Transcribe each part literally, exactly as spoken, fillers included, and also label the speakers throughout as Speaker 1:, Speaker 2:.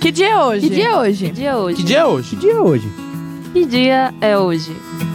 Speaker 1: Que dia é hoje?
Speaker 2: Que dia é hoje?
Speaker 3: Que dia é hoje?
Speaker 4: Que dia é hoje?
Speaker 5: Que dia é hoje?
Speaker 3: Que dia é hoje?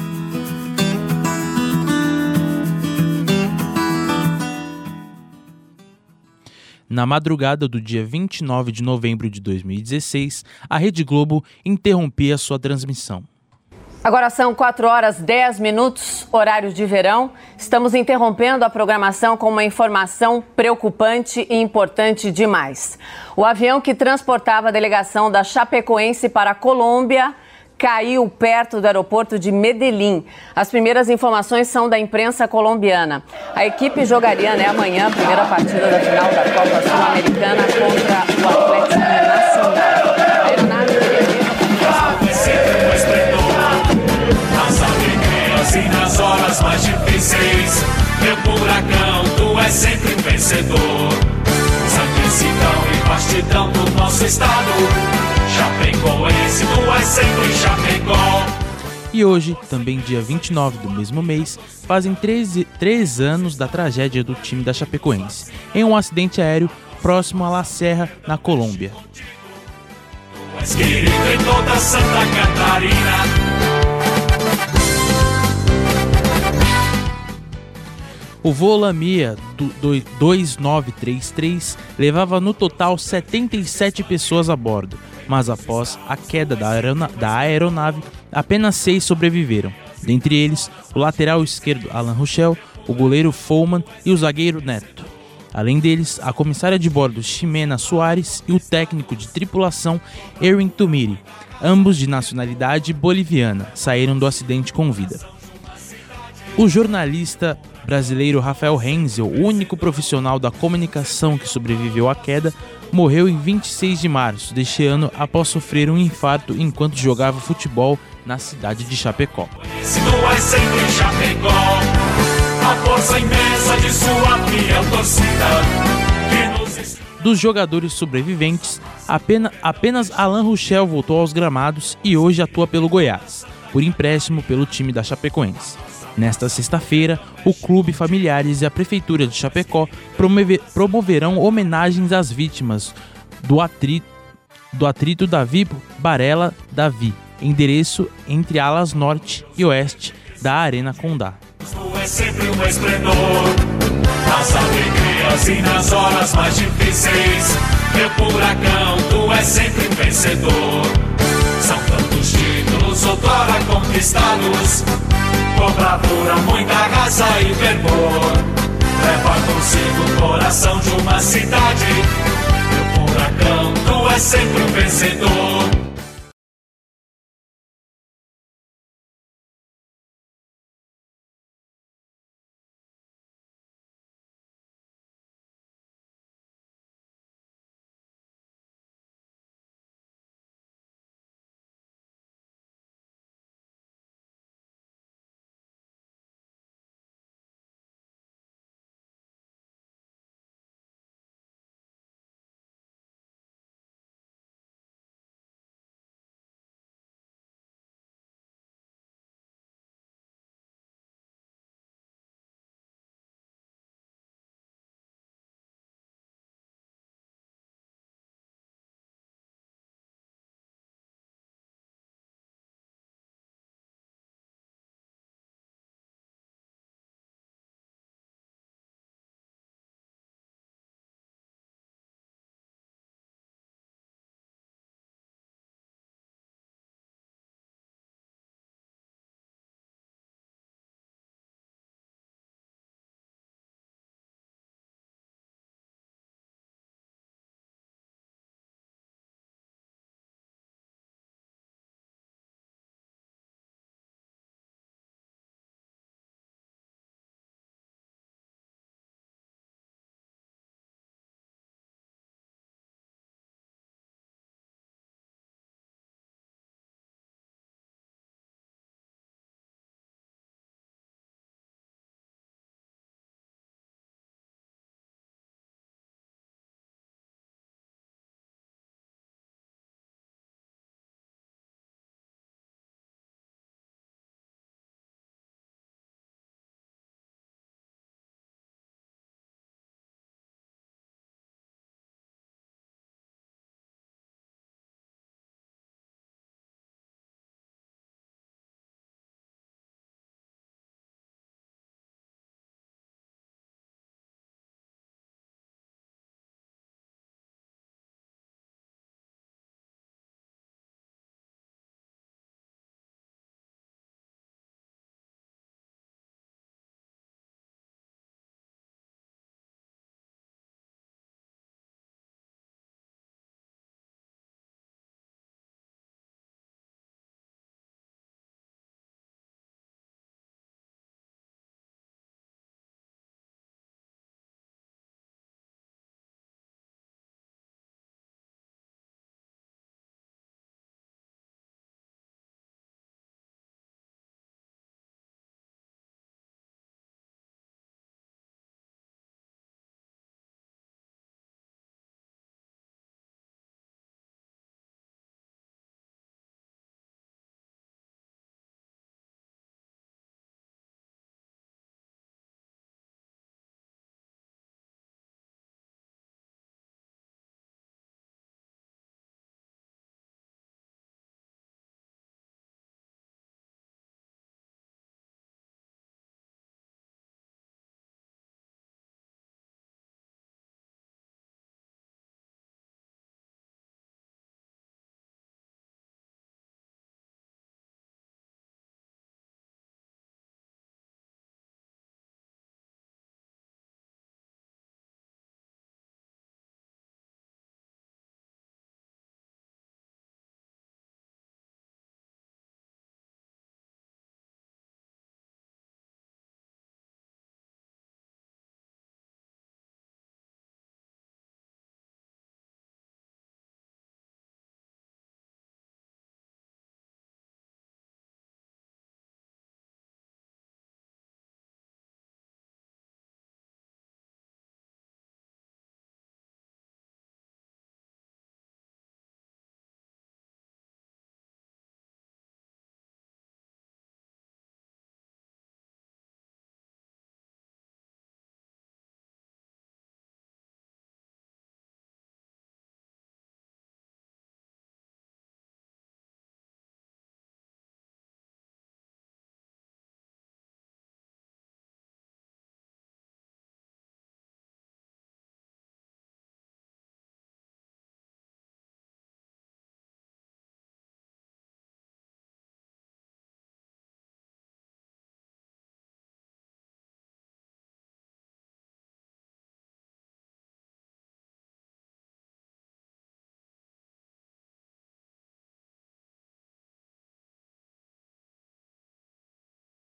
Speaker 4: Na madrugada do dia vinte e nove de novembro de dois mil e dezesseis, a Rede Globo interrompia sua transmissão.
Speaker 6: Agora são quatro horas e dez minutos, horário de verão. Estamos interrompendo a programação com uma informação preocupante e importante demais. O avião que transportava a delegação da Chapecoense para a Colômbia caiu perto do aeroporto de Medellín. As primeiras informações são da imprensa colombiana. A equipe jogaria, né, amanhã a primeira partida da final da Copa Sul-Americana contra o Atlético Nacional. A aeronave
Speaker 7: nas alegrias e nas horas mais difíceis, meu furacão, tu és sempre vencedor. Sanguessidão e vastidão do nosso estado, Chapecoense, tu és sempre Chapecó.
Speaker 4: E hoje, também dia vinte e nove do mesmo mês, fazem três anos da tragédia do time da Chapecoense, em um acidente aéreo próximo a La Serra, na Colômbia.
Speaker 7: Tu és querido em toda Santa Catarina.
Speaker 4: O voo Lamia do dois nove três três levava no total setenta e sete pessoas a bordo, mas após a queda da, aerona- da aeronave, apenas seis sobreviveram. Dentre eles, o lateral esquerdo Alan Ruschel, o goleiro Follman e o zagueiro Neto. Além deles, a comissária de bordo Ximena Soares e o técnico de tripulação Erwin Tumiri, ambos de nacionalidade boliviana, saíram do acidente com vida. O jornalista brasileiro Rafael Hensel, o único profissional da comunicação que sobreviveu à queda, morreu em vinte e seis de março deste ano após sofrer um infarto enquanto jogava futebol na cidade de Chapecó.
Speaker 7: Se tu és sempre Chapecó, a força imensa de sua fiel torcida, que nos...
Speaker 4: Dos jogadores sobreviventes, apenas, apenas Alan Ruschel voltou aos gramados e hoje atua pelo Goiás, por empréstimo pelo time da Chapecoense. Nesta sexta-feira, o clube, familiares e a prefeitura de Chapecó promover, promoverão homenagens às vítimas do atrito, do atrito Davi Barella Davi, endereço entre alas norte e oeste da Arena Condá.
Speaker 7: Tu és sempre um esplendor, nas alegrias e nas horas mais difíceis, meu furacão, tu és sempre vencedor. São tantos títulos outrora conquistados, com bravura, muita raça e fervor. Leva consigo o coração de uma cidade, meu furacão, tu és sempre um vencedor.